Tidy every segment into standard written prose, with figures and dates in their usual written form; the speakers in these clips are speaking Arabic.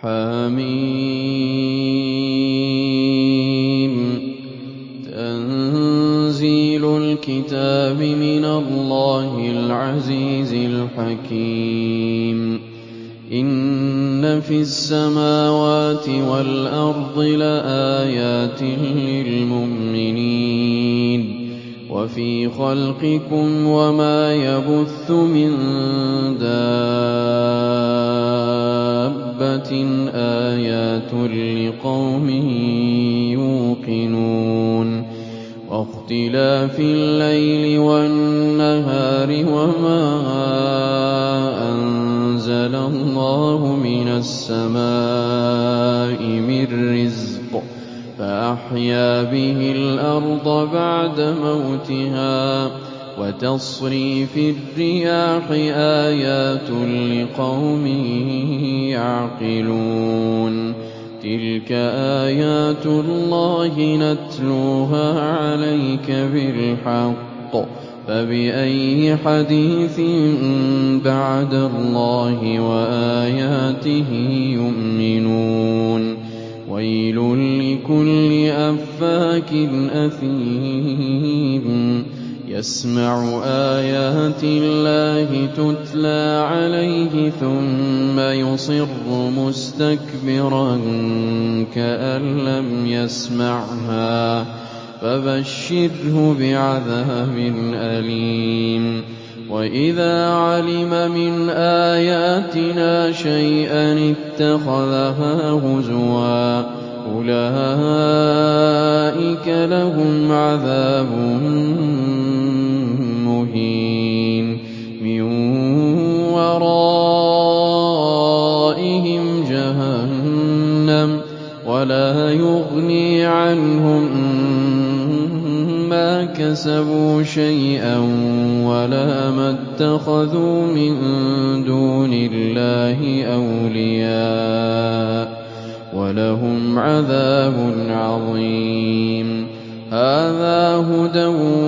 حم تنزيل الكتاب من الله العزيز الحكيم إن في السماوات والأرض لآيات للمؤمنين وفي خلقكم وما يبث من دابة آيات لقوم يوقنون واختلاف الليل والنهار وما أنزل الله من السماء من رزق فأحيا به الأرض بعد موتها وتصريف الرياح آيات لقوم يعقلون تلك آيات الله نتلوها عليك بالحق فبأي حديث بعد الله وآياته يؤمنون ويل لكل أفاك أثيم يسمع آيات الله تتلى عليه ثم يصر مستكبرا كأن لم يسمعها فبشره بعذاب أليم وإذا علم من آياتنا شيئا اتخذها هزوا أولئك لهم عذاب مهين من ورائهم جهنم ولا يغني عنهم ما كسبوا شيئا ولا ما اتخذوا من دون الله أولياء ولهم عذاب عظيم هذا هدى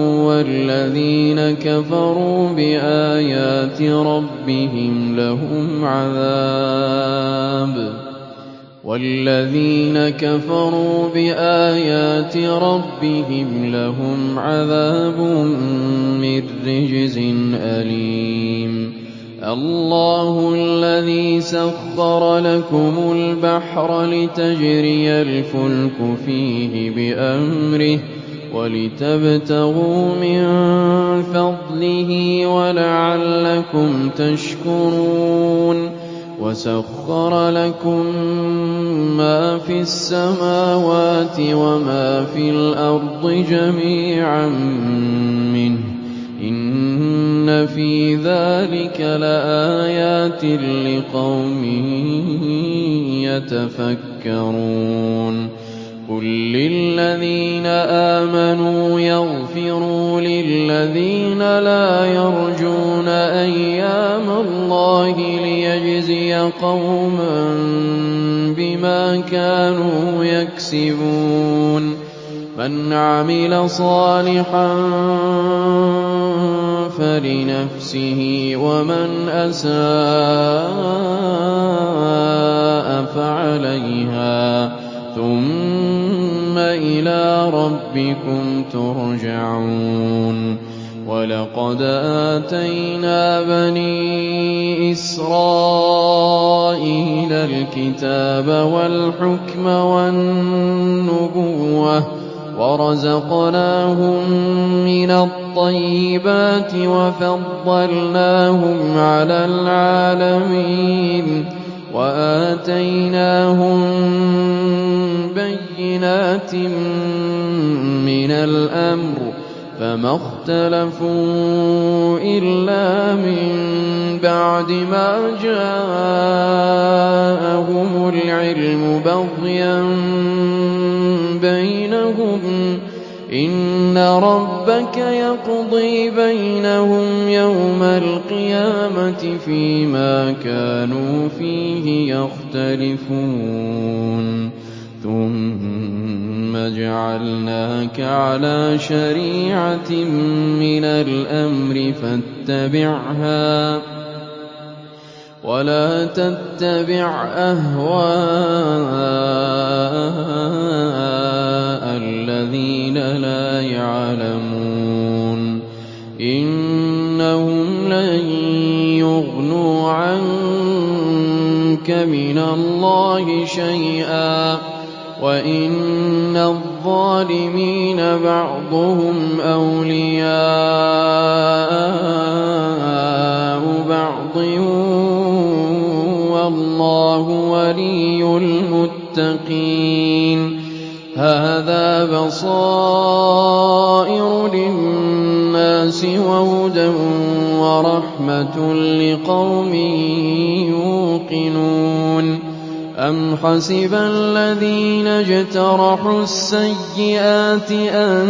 والذين كفروا بآيات ربهم لهم عذاب من رجز أليم الله الذي سخر لكم البحر لتجري الفلك فيه بأمره ولتبتغوا من فضله ولعلكم تشكرون وسخر لكم ما في السماوات وما في الأرض جميعا منه إن في ذلك لآيات لقوم يتفكرون قل للذين آمنوا يغفروا للذين لا يرجون أيام الله ليجزي قوما بما كانوا يكسبون من عمل صالحا فلنفسه ومن أساء فعليها ثم إلى ربكم ترجعون ولقد آتينا بني إسرائيل الكتاب والحكم والنبوة ورزقناهم من الطيبات وفضلناهم على العالمين وآتيناهم بينات من الأمر فما اختلفوا إلا من بعد ما جاءهم العلم بغيا بينهم إن ربك يقضي بينهم يوم القيامة فيما كانوا فيه يختلفون ثم جعلناك على شريعة من الأمر فاتبعها ولا تتبع أهواء الذين لا يعلمون إنهم لن يغنوا عنك من الله شيئا وإن الظالمين بعضهم أولياء بعض والله ولي المتقين هذا بصائر للناس وهدى ورحمة لقوم يوقنون أم حسب الذين اجترحوا السيئات أن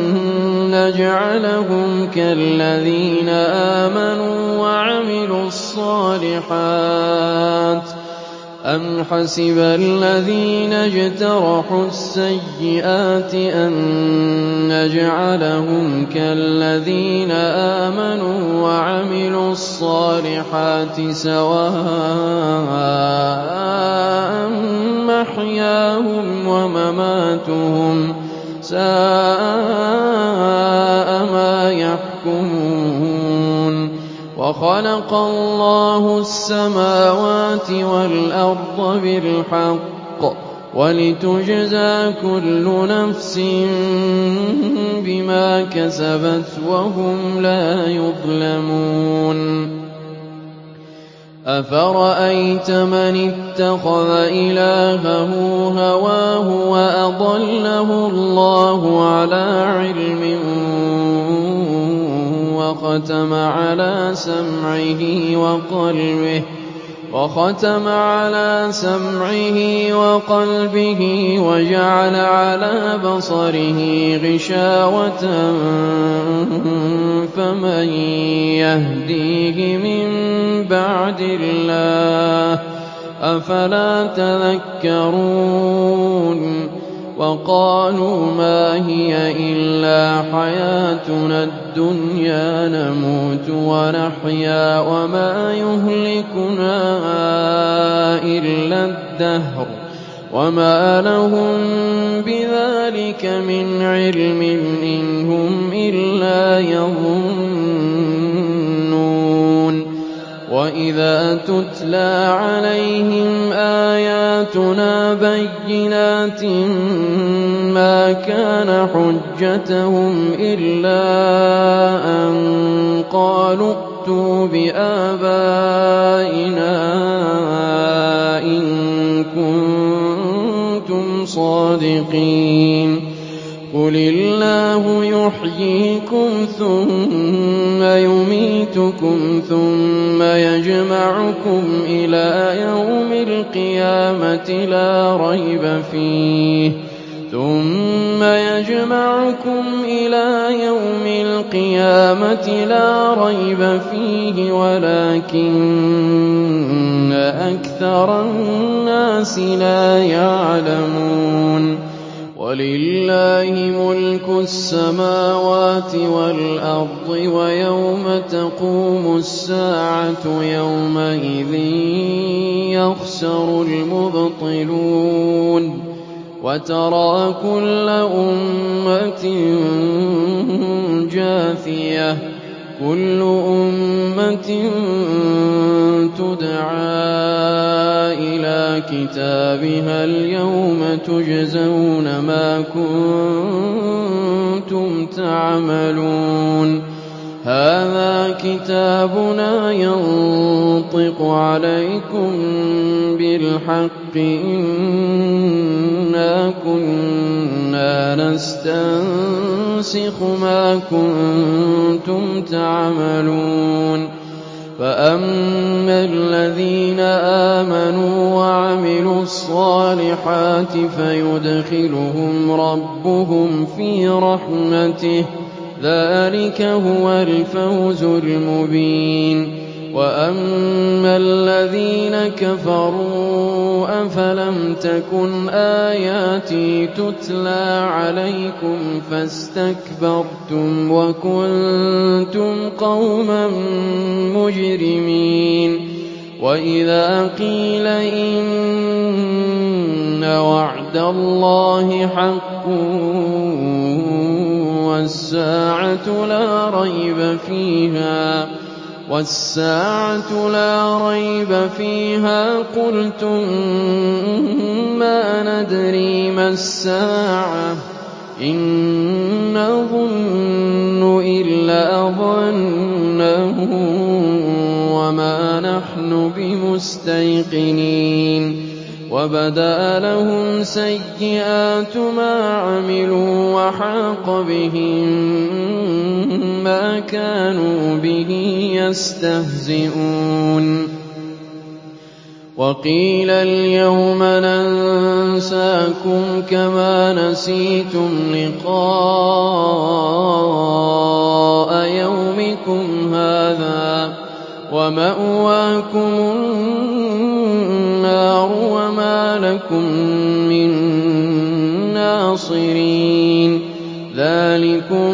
نجعلهم كالذين آمنوا وعملوا الصالحات أم حسب الذين اجترحوا السيئات أن نجعلهم كالذين آمنوا وعملوا الصالحات سواء محياهم ومماتهم ساء ما يحكمون وخلق الله السماوات والأرض بالحق ولتجزى كل نفس بما كسبت وهم لا يظلمون أفرأيت من اتخذ إلهه هواه وأضله الله على علم وختم على سمعه وقلبه وجعل على بصره غشاوة فمن يهديه من بعد الله أفلا تذكرون وقالوا ما هي إلا حياتنا الدنيا نموت ونحيا وما يهلكنا إلا الدهر وما لهم بذلك من علم إن هم إلا يظنون وإذا تتلى عليهم آياتنا بينات ما كان حجتهم إلا أن قالوا ائتوا بآبائنا إن كنتم صادقين قل الله يحييكم ثم يميتكم ثم يجمعكم إلى يوم القيامة لا ريب فيه ولكن أكثر الناس لا يعلمون ولله ملك السماوات والأرض ويوم تقوم الساعة يومئذ يخسر المبطلون وترى كل أمة جاثية كل أمة تدعى إلى كتابها اليوم تجزون ما كنتم تعملون هذا كتابنا ينطق عليكم بالحق إنا كنا نستنسخ ما كنتم تعملون فأما الذين آمنوا وعملوا الصالحات فيدخلهم ربهم في رحمته ذلك هو الفوز المبين وأما الذين كفروا أفلم تكن آياتي تتلى عليكم فاستكبرتم وكنتم قوما مجرمين وَإِذَا قِيلَ إِنَّ وَعْدَ اللَّهِ حَقٌّ وَالسَّاعَةُ لَا رَيْبَ فِيهَا قُلْتُم مَّا نَدْرِي مَا السَّاعَةُ إِن نَّظُنُّ إِلَّا ظَنًّا وَمَا نَحْنُ بِمُسْتَيْقِنِينَ وَبَدَا لَهُمْ سَيِّئَاتُ مَا عَمِلُوا وَحَاقَ بِهِم مَّا كَانُوا بِهِ يَسْتَهْزِئُونَ وَقِيلَ الْيَوْمَ نَنسَاكُمْ كَمَا نَسِيتُمْ لِقَاءَ يَوْمِكُمْ هَٰذَا وَمَأْوَاكُمُ النَّارُ وَمَا لَكُم مِّن نَّاصِرِينَ ذَٰلِكُم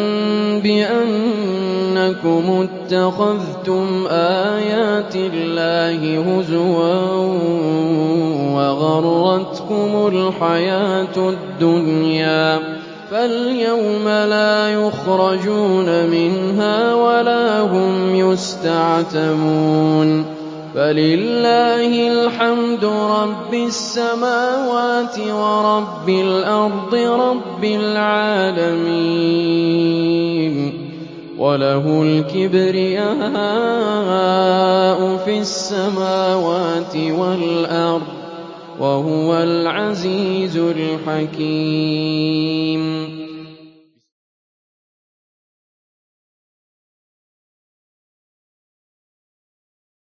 بِأَنَّكُمُ اتَّخَذْتُمْ آيَاتِ اللَّهِ هُزُوًا وَغَرَّتْكُمُ الْحَيَاةُ الدُّنْيَا فَالْيَوْمَ لَا يُخْرَجُونَ مِنْهَا وَلَا هُمْ يُسْتَعْتَبُونَ فَلِلَّهِ الْحَمْدُ رَبِّ السَّمَاوَاتِ وَرَبِّ الْأَرْضِ رَبِّ الْعَالَمِينَ وَلَهُ الْكِبْرِيَاءُ فِي السَّمَاوَاتِ وَالْأَرْضِ وَهُوَ الْعَزِيزُ الْحَكِيمُ